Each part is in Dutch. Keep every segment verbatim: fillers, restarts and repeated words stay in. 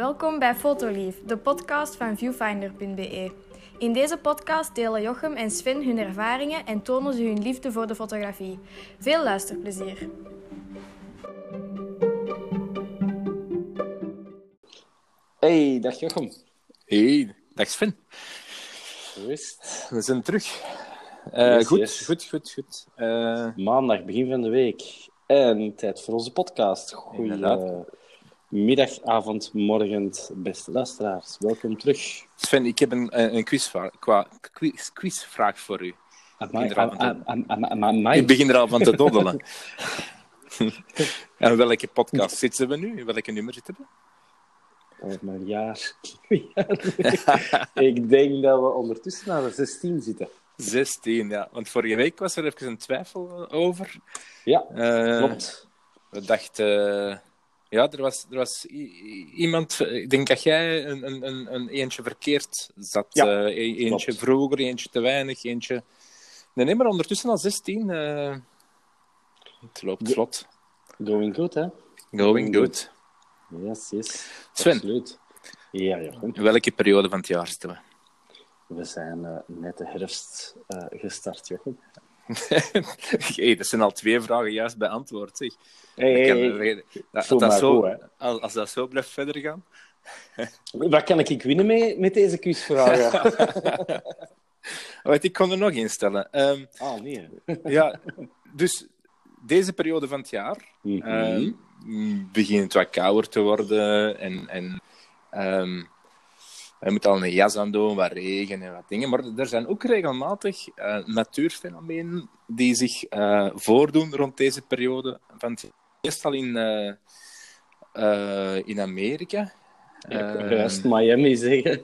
Welkom bij Fotolief, de podcast van viewfinder punt b e. In deze podcast delen Jochem en Sven hun ervaringen en tonen ze hun liefde voor de fotografie. Veel luisterplezier. Hey, dag Jochem. Hey, dag Sven. Hoe is het? We zijn terug. Uh, Yes, goed, yes. goed, goed, goed, Uh, Maandag, begin van de week. En tijd voor onze podcast. Inderdaad. Goedemiddag, avond, morgen, beste luisteraars. Welkom terug. Sven, ik heb een, een quizvraag, qua, quiz, quizvraag voor u. Ik begin er al van te- Am- am- am- am- amai. Ik begin er al van te doddelen. En welke podcast zitten we nu? Welke nummer zitten we? Oh, mijn jaar. Ik denk dat we ondertussen naar de zestien zitten. zestien, ja. Want vorige week was er even een twijfel over. Ja, Uh, klopt. We dachten... uh, ja, er was, er was i- i- iemand... Ik denk dat jij een, een, een, een eentje verkeerd zat. Ja, Uh, e- eentje klopt. vroeger, eentje te weinig, eentje... Nee, nee, maar ondertussen al zestien. Uh, het loopt Ja. vlot. Going good, hè? Going good. Yes, yes. Sven. Absoluut. Ja, Jochem. In welke periode van het jaar zitten we? We zijn uh, net de herfst uh, gestart, Jochem. Hey, dat zijn al twee vragen juist beantwoord, zeg. Hey, Ik kan- hey, dat- dat voel dat maar zo, goed, hè. als, als dat zo blijft verder gaan... Wat kan ik winnen mee, met deze quizvragen? Weet, ik kon er nog instellen. Um, Ah, nee. ja, dus deze periode van het jaar Mhm. um, begint het wat kouder te worden en, en um, je moet al een jas aan doen, wat regen en wat dingen. Maar er zijn ook regelmatig uh, natuurfenomenen die zich uh, voordoen rond deze periode van het jaar. Meestal in, uh, uh, in Amerika. Ja, Um, juist Miami zeggen.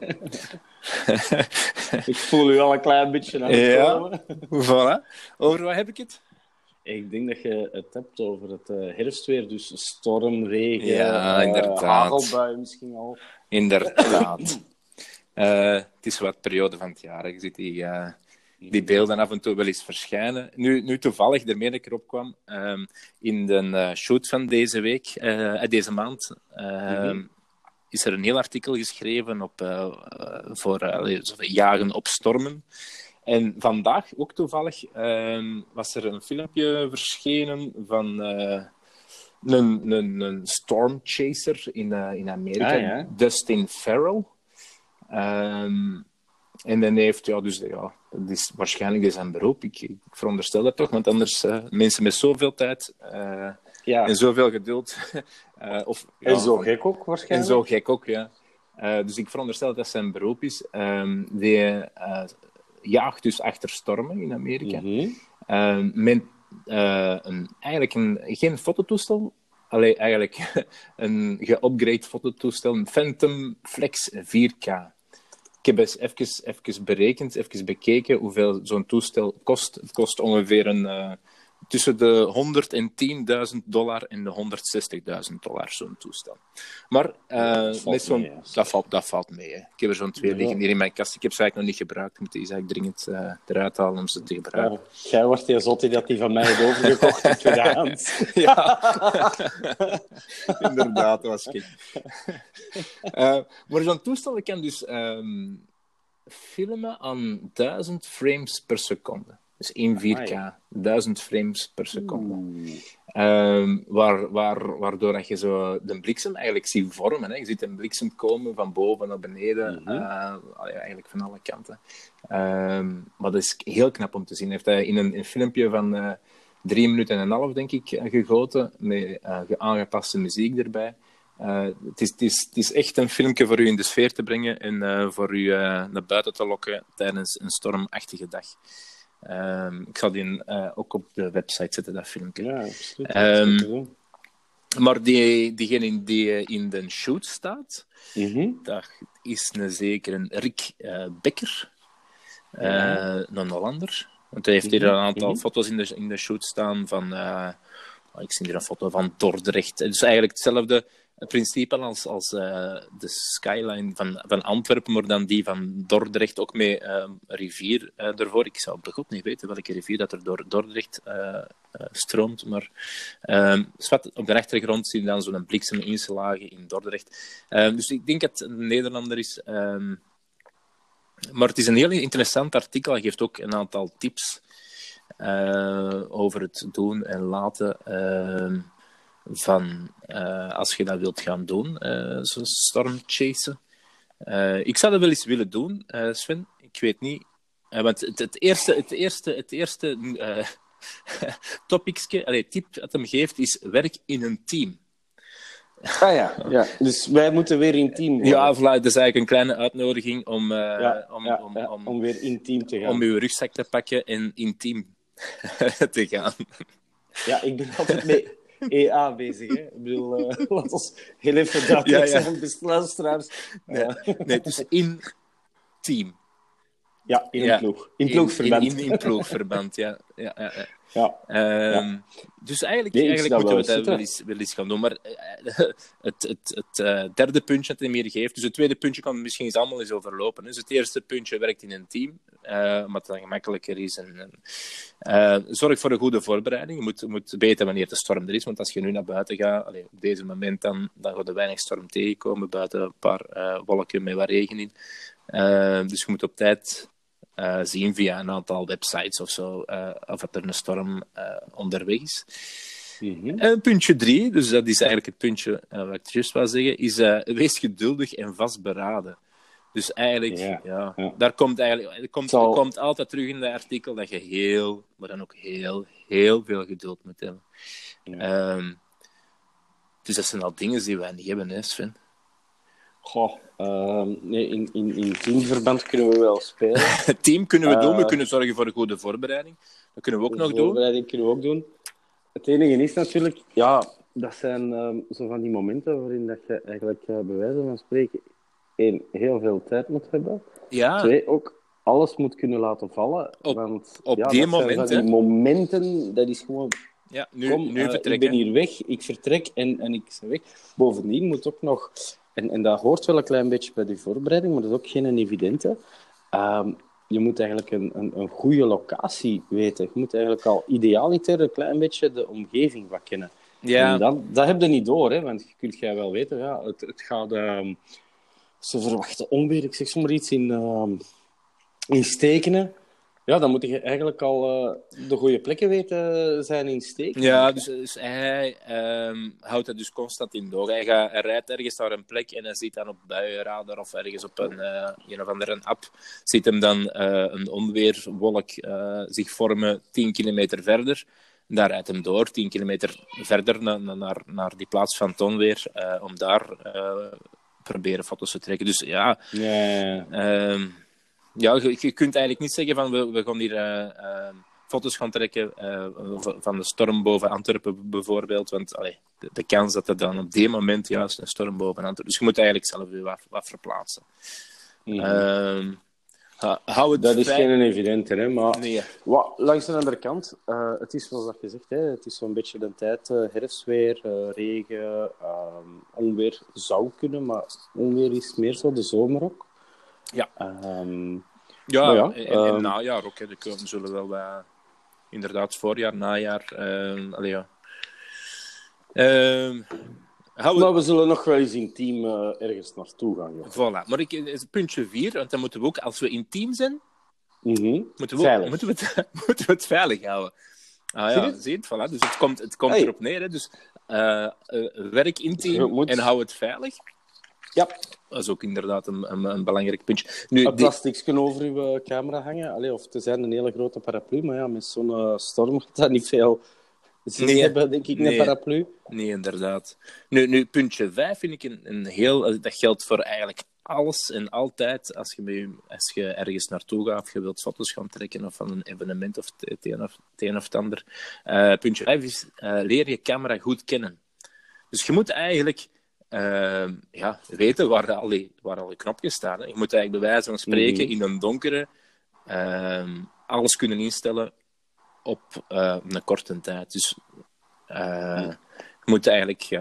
Ik voel u al een klein beetje aan het Ja. komen. Voilà. Over wat heb ik het? Ik denk dat je het hebt over het uh, herfstweer, dus storm, regen, Ja, uh, inderdaad. hagelbui misschien al. Inderdaad. Uh, het is wat periode van het jaar. Je ziet die, uh, die beelden af en toe wel eens verschijnen. Nu, nu toevallig, daarmee dat ik erop kwam, um, in de uh, shoot van deze week, uh, deze maand, uh, Mm-hmm. is er een heel artikel geschreven op, uh, uh, voor uh, jagen op stormen. En vandaag, ook toevallig, um, was er een filmpje verschenen van uh, een, een, een storm chaser in, uh, in Amerika, Ah, ja. Dustin Farrell. Um, en dan heeft, ja, dus ja, dat is waarschijnlijk zijn beroep. Ik, ik veronderstel dat toch, want anders uh, mensen met zoveel tijd uh, Ja, en zoveel geduld. uh, of, ja, en zo van- gek ook en waarschijnlijk. zo gek ook, ja. Uh, dus ik veronderstel dat dat zijn beroep is. Um, die uh, jaagt dus achter stormen in Amerika. Mhm. Uh, met uh, een, eigenlijk een, geen fototoestel. Allee, eigenlijk een geupgrade fototoestel. Een Phantom Flex vier K. Ik heb eens even, even berekend, even bekeken hoeveel zo'n toestel kost. Het kost ongeveer een, uh, tussen de honderdtienduizend dollar en de honderdzestigduizend dollar, zo'n toestel. Maar uh, dat valt met zo'n, mee, hè. dat, valt, dat valt mee. Hè. Ik heb er zo'n twee Ja. liggen hier in mijn kast. Ik heb ze eigenlijk nog niet gebruikt. Ik moet die eigenlijk dringend uh, eruit halen om ze te gebruiken. Ja, jij wordt heel zot dat die van mij heeft overgekocht in tweedehands. Ja, inderdaad, dat was ik. Uh, maar zo'n toestel kan dus um, filmen aan duizend frames per seconde. Dus in vier K, Amai. duizend frames per seconde. Oeh. Um, waar, waar, waardoor dat je zo de bliksem eigenlijk ziet vormen. Hè. Je ziet een bliksem komen van boven naar beneden, Mhm. uh, eigenlijk van alle kanten. Um, maar dat is heel knap om te zien. Hij heeft hij in een, een filmpje van uh, drie minuten en een half, denk ik, uh, gegoten, met uh, aangepaste muziek erbij. Uh, het, is, het, is, het is echt een filmpje voor u in de sfeer te brengen en uh, voor u uh, naar buiten te lokken tijdens een stormachtige dag. Um, ik zal die uh, ook op de website zetten, dat filmpje. Ja, absoluut. Ehm, absoluut. Maar die, diegene die in de shoot staat, Mhm. dat is een zekere Rick uh, Becker, uh, Ja. een Hollander. Want hij heeft hier een aantal Mhm. foto's in de, in de shoot staan van... Uh, ik zie hier een foto van Dordrecht. Het is eigenlijk hetzelfde principe als, als uh, de skyline van, van Antwerpen, maar dan die van Dordrecht ook met uh, een rivier uh, ervoor. Ik zou bij God niet weten welke rivier dat er door Dordrecht uh, uh, stroomt, maar uh, zwart, op de achtergrond zie je dan zo'n blikseminslage in Dordrecht. Uh, dus ik denk dat het een Nederlander is. Uh, maar het is een heel interessant artikel. Hij geeft ook een aantal tips uh, over het doen en laten uh, van uh, als je dat wilt gaan doen, uh, zo'n stormchasen. Uh, ik zou dat wel eens willen doen, uh, Sven. Ik weet niet. Uh, want het, het eerste, het eerste, het eerste uh, topicske, allee, tip dat hem geeft, is werk in een team. Ah ja, ja, dus wij moeten weer intiem worden. Ja, voilà, dat is eigenlijk een kleine uitnodiging om, uh, ja, om, ja, om, ja, om, om weer intiem te gaan. Om uw rugzak te pakken en intiem te gaan. Ja, ik ben altijd met E A bezig. Hè. Ik bedoel, uh, laat ons heel even duidelijk ja, ja. zijn, beste luisteraars. Nee, nee, dus in team. Ja, in een ja. ploeg. In ploegverband. In, in, in, in ploegverband, ja. ja, ja, ja. Ja. Um, ja. Dus eigenlijk, nee, eigenlijk moeten we wel dat wel eens, wel eens gaan doen. Maar uh, het, het, het uh, derde puntje dat hij meer geeft, dus het tweede puntje kan misschien eens allemaal eens overlopen. Dus het eerste puntje werkt in een team, uh, omdat het dan gemakkelijker is. En, uh, zorg voor een goede voorbereiding. Je moet, moet weten wanneer de storm er is, want als je nu naar buiten gaat, allee, op deze moment dan, dan gaat er weinig storm tegenkomen, buiten een paar uh, wolken met wat regen in. Uh, dus je moet op tijd uh, zien via een aantal websites of zo uh, of er een storm uh, onderweg is. Mm-hmm. Uh, puntje drie, dus dat is eigenlijk het puntje uh, wat ik juist wou zeggen, is uh, wees geduldig en vastberaden. Dus eigenlijk, yeah, ja, yeah. daar komt eigenlijk, er komt, er komt altijd terug in dat artikel dat je heel, maar dan ook heel, heel veel geduld moet hebben. Yeah. Um, dus dat zijn al dingen die wij niet hebben, hè, Sven? Goh, uh, nee, in, in, in teamverband kunnen we wel spelen. Team kunnen we uh, doen, we kunnen zorgen voor een goede voorbereiding. Dat kunnen we ook nog doen. Voorbereiding kunnen we ook doen. Het enige is natuurlijk, ja, dat zijn um, zo van die momenten waarin dat je eigenlijk uh, bij wijze van spreken één, heel veel tijd moet hebben. Ja. Twee, ook alles moet kunnen laten vallen. Op, want, op ja, die dat momenten. Zijn die momenten, dat is gewoon... Ja, nu, kom, nu uh, vertrek, ik ben hier weg, ik vertrek en, en ik ben weg. Bovendien moet ook nog... En, en dat hoort wel een klein beetje bij die voorbereiding, maar dat is ook geen evidente. Um, je moet eigenlijk een, een, een goede locatie weten. Je moet eigenlijk al idealiter een klein beetje de omgeving wat kennen. Ja. En dat, dat heb je niet door, hè, want je kunt jij wel weten, ja, het, het gaat... Um, ze verwachten onweer, ik zeg zomaar iets, in, um, in Stekenen. Ja, dan moet je eigenlijk al uh, de goede plekken weten zijn in Stekenen. Ja, dus, dus hij um, houdt dat dus constant in door. Hij, gaat, hij rijdt ergens naar een plek en hij ziet dan op buienradar of ergens op een, uh, een of andere app ziet hem dan uh, een onweerwolk uh, zich vormen tien kilometer verder. Daar rijdt hem door, tien kilometer verder na, na, naar, naar die plaats van het onweer, uh, om daar uh, proberen foto's te trekken. Dus ja... ja, ja. Um, Ja, je, je kunt eigenlijk niet zeggen van we, we gaan hier uh, uh, foto's gaan trekken uh, van de storm boven Antwerpen bijvoorbeeld. Want allee, de, de kans dat er dan op die moment juist een storm boven Antwerpen... Dus je moet eigenlijk zelf weer wat, wat verplaatsen. Mm-hmm. Uh, hou het dat is vrij... geen evidente, hè. Maar nee. wat, langs de andere kant, uh, het is zoals je zegt, hè, het is zo'n beetje de tijd, uh, herfstweer, uh, regen, uh, onweer zou kunnen, maar onweer is meer zo de zomer ook. Ja. Um, ja, ja, en, en um, najaar ook. Hè. Er zullen wel uh, inderdaad voorjaar, najaar... Uh, allee, ja. Uh, we... Maar we zullen nog wel eens intiem uh, ergens naartoe gaan. Ja. Voilà. Maar ik, is puntje vier, want dan moeten we ook, als we intiem zijn, mm-hmm. moeten, we ook, moeten, we het, moeten we het veilig houden. Ah ja, zie je het? Voilà. Dus het komt, het komt hey. erop neer. Hè. Dus uh, uh, werk intiem moet... en hou het veilig. Ja. Dat is ook inderdaad een, een, een belangrijk puntje. Nu, een plasticje die... over uw camera hangen. Allee, of te zijn een hele grote paraplu. Maar ja, met zo'n uh, storm gaat dat niet veel zin nee, hebben, denk ik, nee, een paraplu. Nee, inderdaad. Nu, nu puntje vijf vind ik een, een heel... Dat geldt voor eigenlijk alles en altijd. Als je, mee, als je ergens naartoe gaat of je wilt foto's gaan trekken of van een evenement of het een of het, een of het ander. Uh, puntje vijf is uh, leer je camera goed kennen. Dus je moet eigenlijk... Uh, ja, weten waar al, die, waar al die knopjes staan. Hè. Je moet eigenlijk bij wijze van spreken mm-hmm. in een donkere uh, alles kunnen instellen op uh, een korte tijd. Dus uh, mm. je moet eigenlijk ja,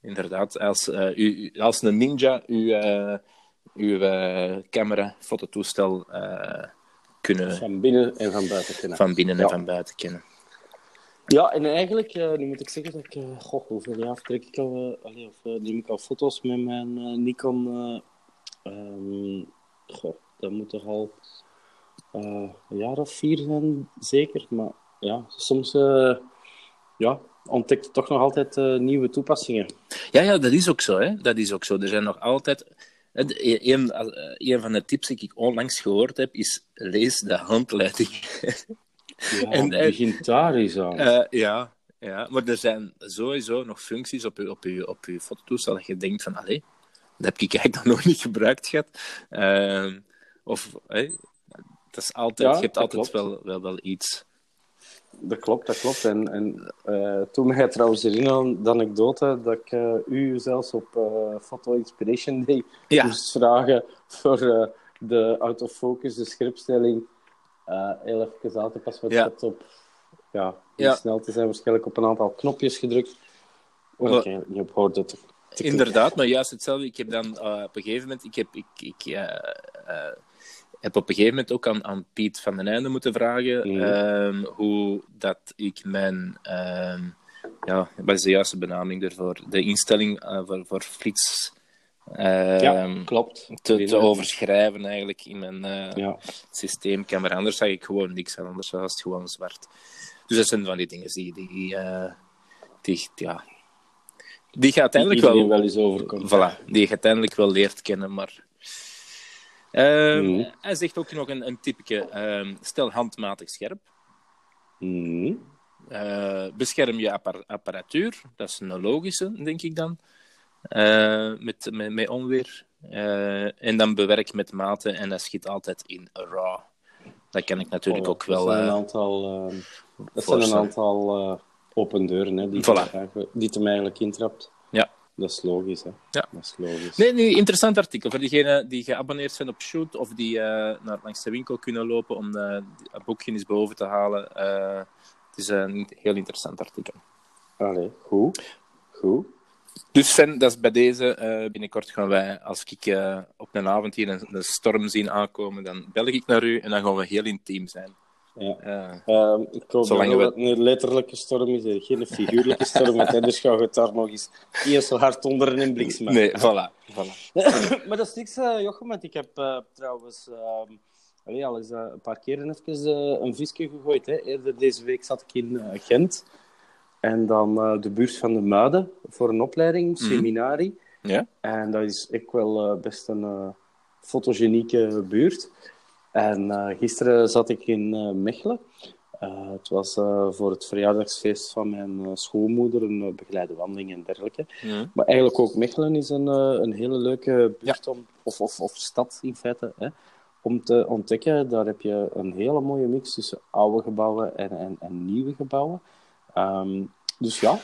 inderdaad. Als, uh, u, als een ninja uw, uh, uw uh, camera, fototoestel uh, kunnen... Van binnen en van buiten kennen. Van binnen ja. en van buiten kennen. Ja, en eigenlijk, uh, nu moet ik zeggen dat ik... Uh, goh, hoeveel jaar trek ik al... Uh, allee, of uh, neem ik al foto's met mijn uh, Nikon... Uh, um, goh, dat moet toch al uh, een jaar of vier zijn, zeker. Maar ja, soms... Uh, ja, ontdekt toch nog altijd uh, nieuwe toepassingen. Ja, ja, dat is ook zo, hè. Dat is ook zo. Er zijn nog altijd... Een, een van de tips die ik onlangs gehoord heb, is lees de handleiding. Ja, en, het begint daar eens aan. Uh, ja, ja, maar er zijn sowieso nog functies op je, op je, op je fototoestel dat je denkt van, allee, dat heb ik eigenlijk nog nooit gebruikt gehad. Uh, of, hey, dat is altijd, ja, je hebt altijd wel, wel, wel iets... Dat klopt, dat klopt. En, en uh, toen mij trouwens herinneren de anekdote dat ik uh, u zelfs op uh, Photo Inspiration Day ja. moest vragen voor uh, de autofocus, de scherpstelling, uh, heel even aan te passen. Wat ja. op, ja, ja. snel te zijn, waarschijnlijk op een aantal knopjes gedrukt. Waar well, ik eigenlijk niet op hoorde te, te Inderdaad, maar juist hetzelfde. Ik heb dan uh, op een gegeven moment... Ik heb... Ik, ik, uh, uh, heb op een gegeven moment ook aan, aan Piet van den Einde moeten vragen mm. um, hoe dat ik mijn... Um, ja, wat is de juiste benaming ervoor? De instelling uh, voor, voor flits... Uh, ja, klopt. Te, te overschrijven eigenlijk in mijn uh, ja. systeemcamera. Anders zag ik gewoon niks aan, anders was het gewoon zwart. Dus dat zijn van die dingen die... die, uh, die ja, die je uiteindelijk die wel... wel eens overkomt. Voilà, die je uiteindelijk wel leert kennen, maar... Um, mm. Hij zegt ook nog een, een tipje. Um, stel handmatig scherp. Mm. Uh, bescherm je appar- apparatuur. Dat is een logische, denk ik dan. Uh, met, met, met onweer. Uh, en dan bewerk met mate. En dat schiet altijd in RAW. Dat kan ik natuurlijk oh, ook wel... Dat zijn een aantal, uh, dat zijn een aantal uh, open deuren hè, die, voilà. te, die hem eigenlijk intrapt. Ja. Dat is logisch, hè? Ja. Dat is logisch. Nee, nu, interessant artikel. Voor diegenen die geabonneerd zijn op Shoot of die uh, naar langs de winkel kunnen lopen om uh, het boekje eens boven te halen. Uh, het is een heel interessant artikel. Allee, goed. Goed. Dus Sven, dat is bij deze. Uh, binnenkort gaan wij, als ik uh, op een avond hier een, een storm zien aankomen, dan bel ik naar u en dan gaan we heel intiem zijn. Ja. Uh, um, ik hoop dat we... het een letterlijke storm is, geen figuurlijke storm, want anders gaan we het daar nog eens eerst zo hard onder en bliksem. Nee, voilà. voilà. Maar dat is niks, uh, Jochem, want ik heb uh, trouwens uh, allee, al eens uh, een paar keer even uh, een visje gegooid. Hè. Eerder deze week zat ik in uh, Gent en dan uh, de buurt van de Muiden voor een opleiding, een seminarie. Mm. Ja? En dat is ook wel uh, best een uh, fotogenieke buurt. En uh, gisteren zat ik in uh, Mechelen. Uh, het was uh, voor het verjaardagsfeest van mijn uh, schoonmoeder, een uh, begeleide wandeling en dergelijke. Mm. Maar eigenlijk ook Mechelen is een, uh, een hele leuke buurt, om, of, of, of stad in feite, hè, om te ontdekken. Daar heb je een hele mooie mix tussen oude gebouwen en, en, en nieuwe gebouwen. Um, dus ja,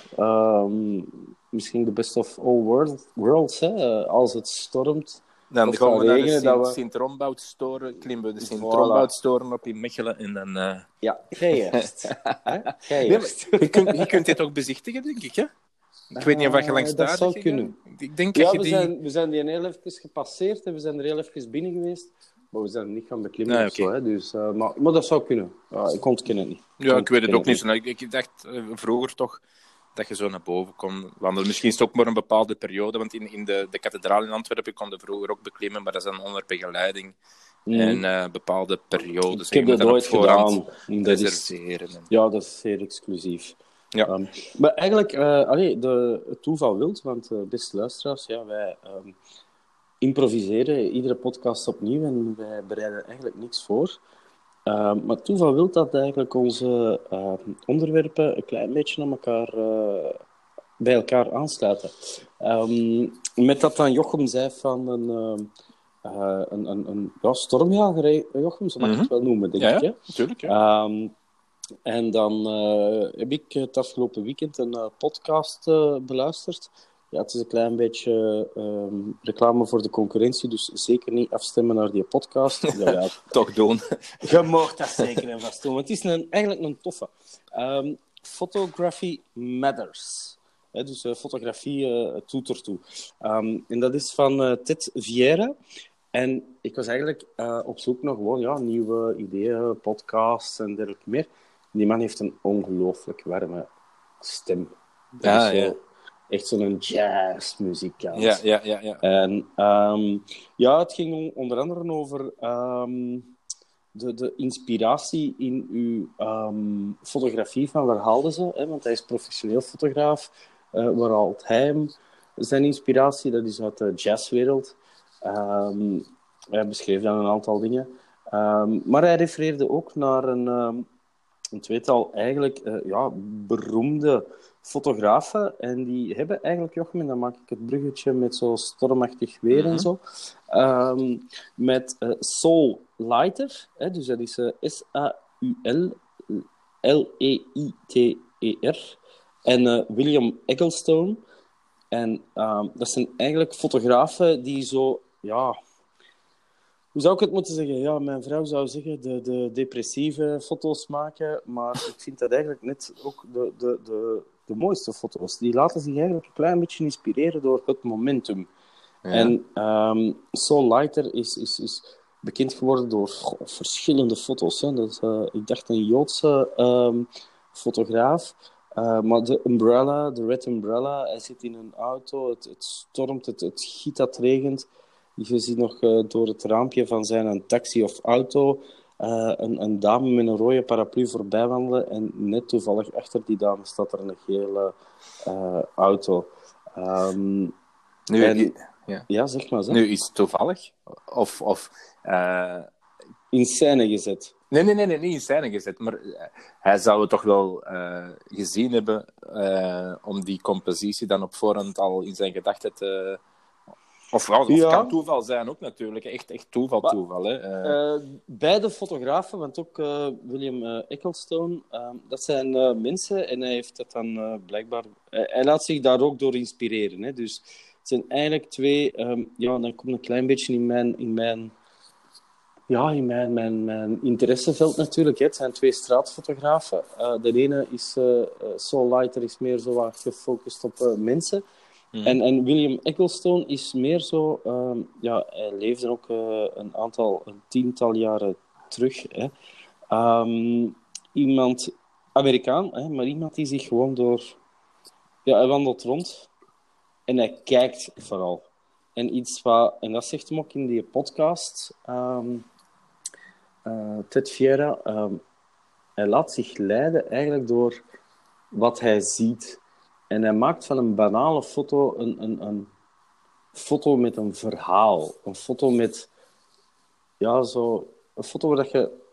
um, misschien de best of all world, worlds. Hè. Uh, als het stormt... Dan gaan we naar de Sint- we... Sint-Romboudstoren, klimmen we de Sint-Romboudstoren op in Mechelen en dan... Uh... Ja, gij eerst. gij eerst. Nee, je, kunt, je kunt dit ook bezichtigen, denk ik, hè? Ik weet niet of je langs uh, daar Dat zou kunnen. Ik denk ja, dat je we, die... zijn, we zijn die heel even gepasseerd en we zijn er heel even binnen geweest. Maar we zijn niet gaan beklimmen nee, of okay. zo. Hè. Dus, uh, maar, maar dat zou kunnen. Uh, ik ontken het niet. Ja, ik weet het ook niet. niet. Ik, ik dacht uh, vroeger toch... dat je zo naar boven kon wandelen. Misschien is het ook maar een bepaalde periode, want in, in de, de kathedraal in Antwerpen kon je vroeger ook beklimmen, maar dat is dan onder begeleiding. Mm. En uh, bepaalde periodes. Ik heb dat nooit gedaan. Dat reserveren. Is, ja, dat is zeer exclusief. Ja. Um, maar eigenlijk, uh, allee, de, het toeval wilt, want uh, beste luisteraars, ja, wij um, improviseren iedere podcast opnieuw en wij bereiden eigenlijk niks voor. Uh, maar het toeval wil dat eigenlijk onze uh, onderwerpen een klein beetje aan elkaar, uh, bij elkaar aansluiten. Um, met dat dan Jochem zei van een, uh, uh, een, een, een ja, stormjager, Jochem, zo mag ik mm-hmm. het wel noemen, denk ja, ik. Ja, natuurlijk. Ja. Um, en dan uh, heb ik het afgelopen weekend een uh, podcast uh, beluisterd. Ja, het is een klein beetje um, reclame voor de concurrentie, dus zeker niet afstemmen naar die podcast. Ja, ja. Toch doen. Je mag dat zeker en vast doen, want het is een, eigenlijk een toffe. Um, Photography Matters. Hè, dus uh, fotografie uh, doet ertoe. Um, en dat is van uh, Ted Vieira. En ik was eigenlijk uh, op zoek naar gewoon, ja, nieuwe ideeën, podcasts en dergelijke meer. Die man heeft een ongelooflijk warme stem. Dat ja, is zo, ja. echt zo'n jazzmuzikant. Ja, ja, ja, ja. En um, ja, het ging onder andere over um, de, de inspiratie in uw um, fotografie. Van waar haalde ze? Hè? Want hij is professioneel fotograaf. Uh, waar haalt hij hem? Zijn inspiratie, dat is uit de jazzwereld. Um, hij beschreef dan een aantal dingen. Um, maar hij refereerde ook naar een, um, een tweetal eigenlijk uh, ja, beroemde fotografen. En die hebben eigenlijk, Jochem, en dan maak ik het bruggetje met zo stormachtig weer mm-hmm. en zo, um, met uh, Saul Leiter, hè, dus dat is uh, S A U L L E I T E R, en uh, William Egglestone. En um, dat zijn eigenlijk fotografen die zo, ja... Hoe zou ik het moeten zeggen? Ja, mijn vrouw zou zeggen de, de depressieve foto's maken, maar ik vind dat eigenlijk net ook de, de, de, de mooiste foto's. Die laten zich eigenlijk een klein beetje inspireren door het momentum. Ja. En um, Saul Leiter is, is, is bekend geworden door goh, verschillende foto's. Hè. Dat is, uh, ik dacht een Joodse um, fotograaf. Uh, maar de umbrella, de red umbrella, hij zit in een auto, het, het stormt, het, het giet, het regent. Je ziet nog uh, door het raampje van zijn een taxi of auto uh, een, een dame met een rode paraplu voorbij wandelen. En net toevallig achter die dame staat er een gele uh, auto. Um, nu, en, ja. ja, zeg maar. Zeg. Nu is het toevallig? Of... of uh... in scène gezet. Nee, nee, nee, nee, niet in scène gezet. Maar uh, hij zou het toch wel uh, gezien hebben uh, om die compositie dan op voorhand al in zijn gedachten te... Of, of ja. kan toeval zijn ook natuurlijk. Echt, echt toeval, maar, toeval. Hè. Uh... Uh, beide fotografen, want ook uh, William uh, Egglestone, uh, dat zijn uh, mensen en hij heeft dat dan uh, blijkbaar... Uh, hij laat zich daar ook door inspireren. Hè. Dus het zijn eigenlijk twee... Um, ja, dan komt een klein beetje in mijn... In mijn Ja, in mijn, mijn, mijn interesseveld natuurlijk. Hè. Het zijn twee straatfotografen. Uh, de ene is, uh, Saul Leiter, is meer zo wat gefocust op uh, mensen. Mm. En, en William Egglestone is meer zo... Um, ja, hij leefde ook uh, een aantal, een tiental jaren terug. Hè. Um, iemand, Amerikaan, hè, maar iemand die zich gewoon door... Ja, hij wandelt rond en hij kijkt vooral. En iets wat... En dat zegt hem ook in die podcast... Um, Uh, Ted Vieira, um, hij laat zich leiden eigenlijk door wat hij ziet. En hij maakt van een banale foto een, een, een foto met een verhaal. Een foto met... Ja, zo... Een foto waar dat je...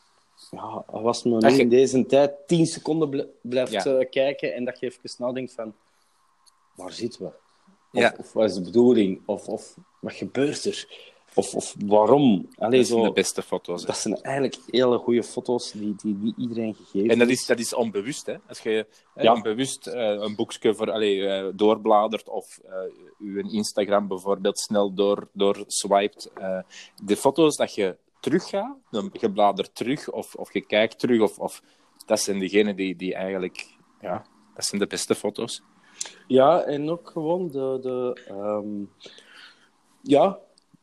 Ja, was me nu in deze tijd tien seconden bl- blijft ja. uh, kijken en dat je even nadenkt van... Waar zitten we? Of, ja. of wat is de bedoeling? Of, of wat gebeurt er? Of, of waarom? Allee, dat zijn zo, de beste foto's. Hè? Dat zijn eigenlijk hele goede foto's die, die niet iedereen gegeven En dat is, dat is onbewust. Hè? Als je ja. onbewust uh, een boekje voor, allee, uh, doorbladert of uh, je Instagram bijvoorbeeld snel door, door swipet. Uh, de foto's dat je teruggaat, dan je bladert terug of, of je kijkt terug. Of, of, dat zijn degenen die, die eigenlijk... Ja, dat zijn de beste foto's. Ja, en ook gewoon de... de um, ja...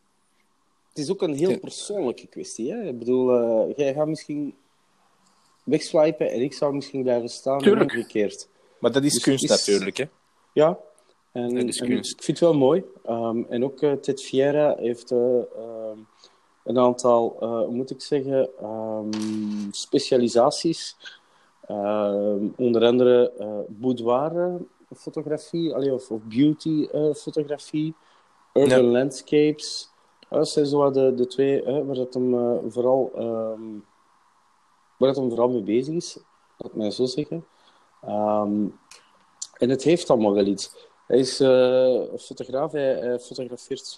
Het is ook een heel persoonlijke kwestie. Hè? Ik bedoel, uh, jij gaat misschien wegswipen en ik zou misschien blijven staan. Tuurlijk. En omgekeerd. Maar dat is dus kunst is... natuurlijk. Hè? Ja, en, dat is en kunst. ik vind het wel mooi. Um, en ook uh, Ted Vieira heeft uh, um, een aantal, uh, hoe moet ik zeggen, um, specialisaties. Um, onder andere uh, boudoir fotografie, allee, of, of beauty uh, fotografie, urban ja. landscapes. Dat zijn zo de, de twee hè, waar, het hem, uh, vooral, um, waar het hem vooral mee bezig is, laat ik mij zo zeggen. Um, en het heeft allemaal wel iets. Hij is uh, fotograaf, hij, hij fotografeert,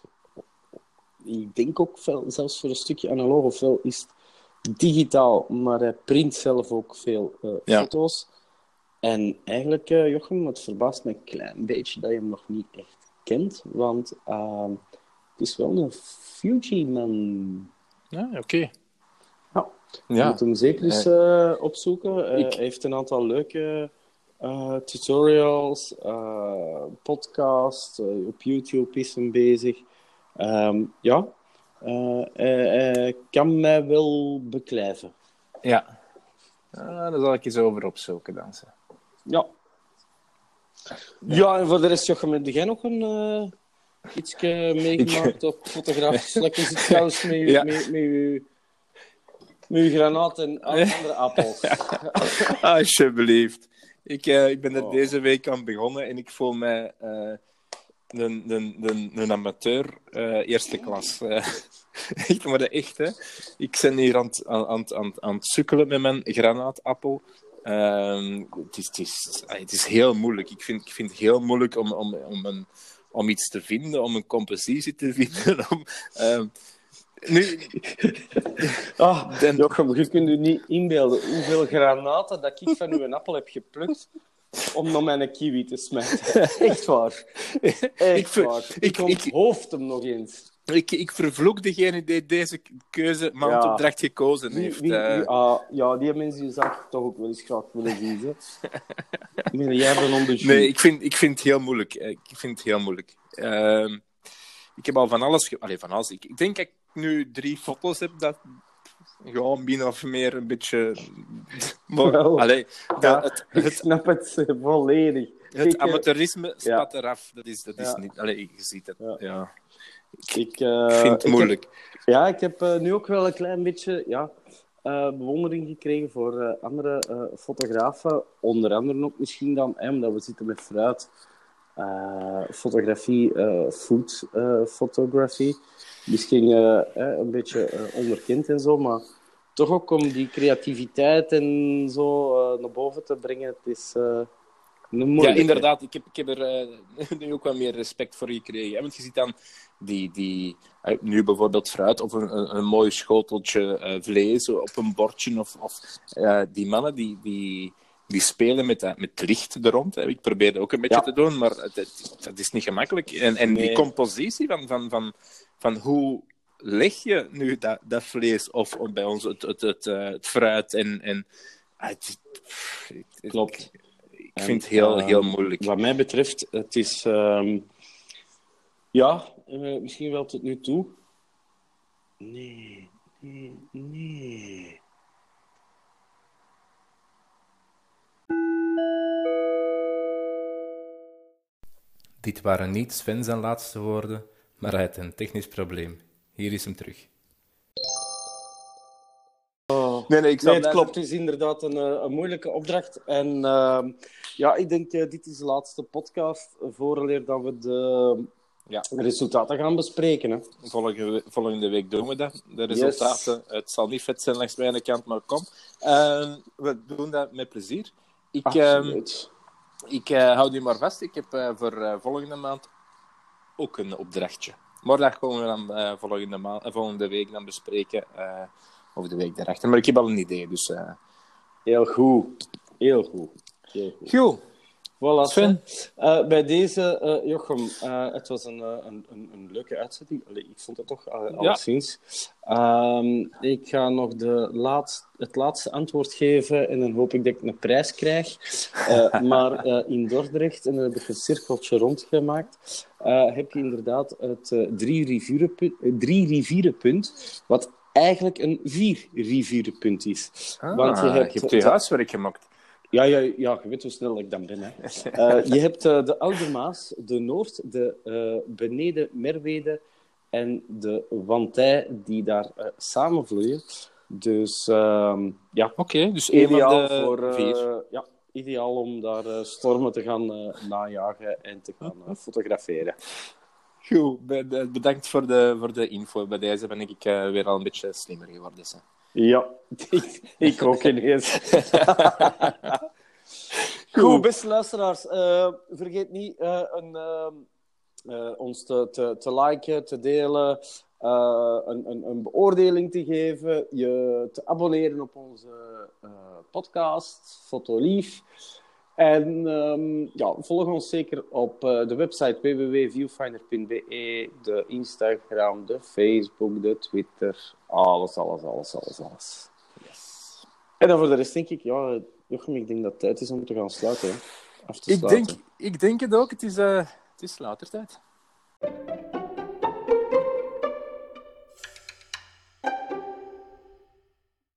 ik denk ook veel, zelfs voor een stukje analoog, ofwel is het digitaal, maar hij print zelf ook veel uh, ja. foto's. En eigenlijk, uh, Jochem, het verbaast me een klein beetje dat je hem nog niet echt kent, want... Uh, Het is wel een Fuji-man. Ja, oké. Okay. Ja, je ja. moet hem zeker eens uh, opzoeken. Uh, ik... Hij heeft een aantal leuke uh, tutorials, uh, podcast, uh, op YouTube is hem bezig. Um, ja, uh, hij, hij kan mij wel beklijven. Ja. Uh, daar zal ik eens over opzoeken dan. Zo. Ja. Ja, en voor de rest, Jochem, heb jij nog een uh, iets meegemaakt op fotografisch? Lekker zit trouwens met je, ja. met, met je, met je granaat en andere appels. Alsjeblieft. Ik, uh, ik ben er oh. deze week aan begonnen en ik voel mij uh, een, een, een, een amateur uh, eerste klas. Uh, echt, maar de echt, hè. Ik ben hier aan het, aan, aan, aan het sukkelen met mijn granaatappel. Uh, het, is, het, is, het is heel moeilijk. Ik vind, ik vind het heel moeilijk om, om, om, een, om iets te vinden, om een compositie te vinden. Om, uh, nu... ah, Den... Jochem, je kunt je niet inbeelden hoeveel granaten dat ik van uw appel heb geplukt om naar mijn kiwi te smijten. Echt waar. Echt ik ver... waar. Ik, ik onthoofd hem nog eens. Ik, ik vervloek degene die deze keuze maandopdracht ja. gekozen heeft. Wie, wie, wie, uh... Ja, die mensen zou ik toch ook wel eens graag willen zien. Nee, jij bent onder Nee, ik vind, ik vind het heel moeilijk. Ik vind het heel moeilijk. Uh, ik heb al van alles... Ge... Allee, van alles. Ik, ik denk dat ik nu drie foto's heb dat... Ja, min of meer een beetje... Maar, well, allee, ja, het, het, ik snap het uh, volledig. Het ik, amateurisme spat ja. eraf. Dat is, dat is ja. niet... Allee, je ziet het. Ja. Ja. Ik, uh, ik vind het moeilijk. Ik heb, ja, ik heb uh, nu ook wel een klein beetje ja, uh, bewondering gekregen voor uh, andere uh, fotografen. Onder andere ook misschien dan, hè, omdat we zitten met fruit. Uh, fotografie, uh, food uh, photography. Misschien uh, uh, een beetje uh, onderkend en zo, maar toch ook om die creativiteit en zo uh, naar boven te brengen. Het is... Uh, Ja, inderdaad. Ik heb, ik heb er uh, nu ook wel meer respect voor gekregen. Hè? Want je ziet dan die, die, uh, nu bijvoorbeeld fruit of een, een, een mooi schoteltje uh, vlees op een bordje. Of, of uh, die mannen die, die, die spelen met, uh, met licht er rond. Hè? Ik probeer dat ook een beetje ja. te doen, maar het, het, dat is niet gemakkelijk. En, en nee. die compositie van, van, van, van hoe leg je nu dat, dat vlees of, of bij ons het, het, het, het, het fruit en... en uh, het, het, Klopt. Ik vind het heel, heel moeilijk. Wat mij betreft, het is... Um, ja, uh, misschien wel tot nu toe. Nee, nee, nee. Dit waren niet Sven zijn laatste woorden, maar hij had een technisch probleem. Hier is hem terug. Oh. Nee, nee, ik nee, het blijven... klopt. Het is inderdaad een, een moeilijke opdracht. En uh, ja, ik denk, uh, dit is de laatste podcast vooraleer dat we de ja. resultaten gaan bespreken. Hè. Volgende, volgende week doen we dat. De resultaten. Yes. Het zal niet vet zijn langs mijn kant, maar kom. Uh, we doen dat met plezier. Ik, uh, ik uh, hou nu maar vast. Ik heb uh, voor uh, volgende maand ook een opdrachtje. Morgen komen we dan uh, volgende, ma- uh, volgende week dan bespreken... Uh, Of de week daarachter. Maar ik heb al een idee, dus... Uh... Heel goed. Heel goed. Heel goed. Goed. Voilà, Sven. Uh, bij deze, uh, Jochem, uh, het was een, uh, een, een, een leuke uitzetting. Allee, ik vond het toch uh, ja. alleszins. Um, ik ga nog de laatst, het laatste antwoord geven en dan hoop ik dat ik een prijs krijg. Uh, maar uh, in Dordrecht, en dan heb ik een cirkeltje rondgemaakt, uh, heb je inderdaad het uh, drie rivierenpunt, uh, drie rivierenpunt, wat eigenlijk een vier rivierenpunt is. Ah, Want je hebt, je hebt je huiswerk gemaakt. Ja, ja, ja, je weet hoe snel ik dan ben. Hè. Uh, je hebt uh, de Oude Maas, de Noord, de uh, Beneden Merwede en de Wantij die daar uh, samenvloeien. Dus uh, ja, oké, okay, dus ideaal voor uh, vier. Ja, ideaal om daar uh, stormen te gaan uh, najagen en te gaan uh, fotograferen. Goed, bedankt voor de, voor de info. Bij deze ben ik uh, weer al een beetje slimmer geworden. Hè. Ja, ik, ik ook ineens. Goed, beste luisteraars. Uh, vergeet niet uh, een, uh, uh, ons te, te, te liken, te delen, uh, een, een, een beoordeling te geven, je te abonneren op onze uh, podcast, Fotolief. En um, ja, volg ons zeker op uh, de website w w w punt viewfinder punt b e, de Instagram, de Facebook, de Twitter, alles, alles, alles, alles, alles. Yes. En dan voor de rest denk ik, ja, Jochem, ik denk dat het tijd is om te gaan sluiten. Hè. Af te Ik sluiten. denk, ik denk het ook. Het is, uh, het is sluitertijd.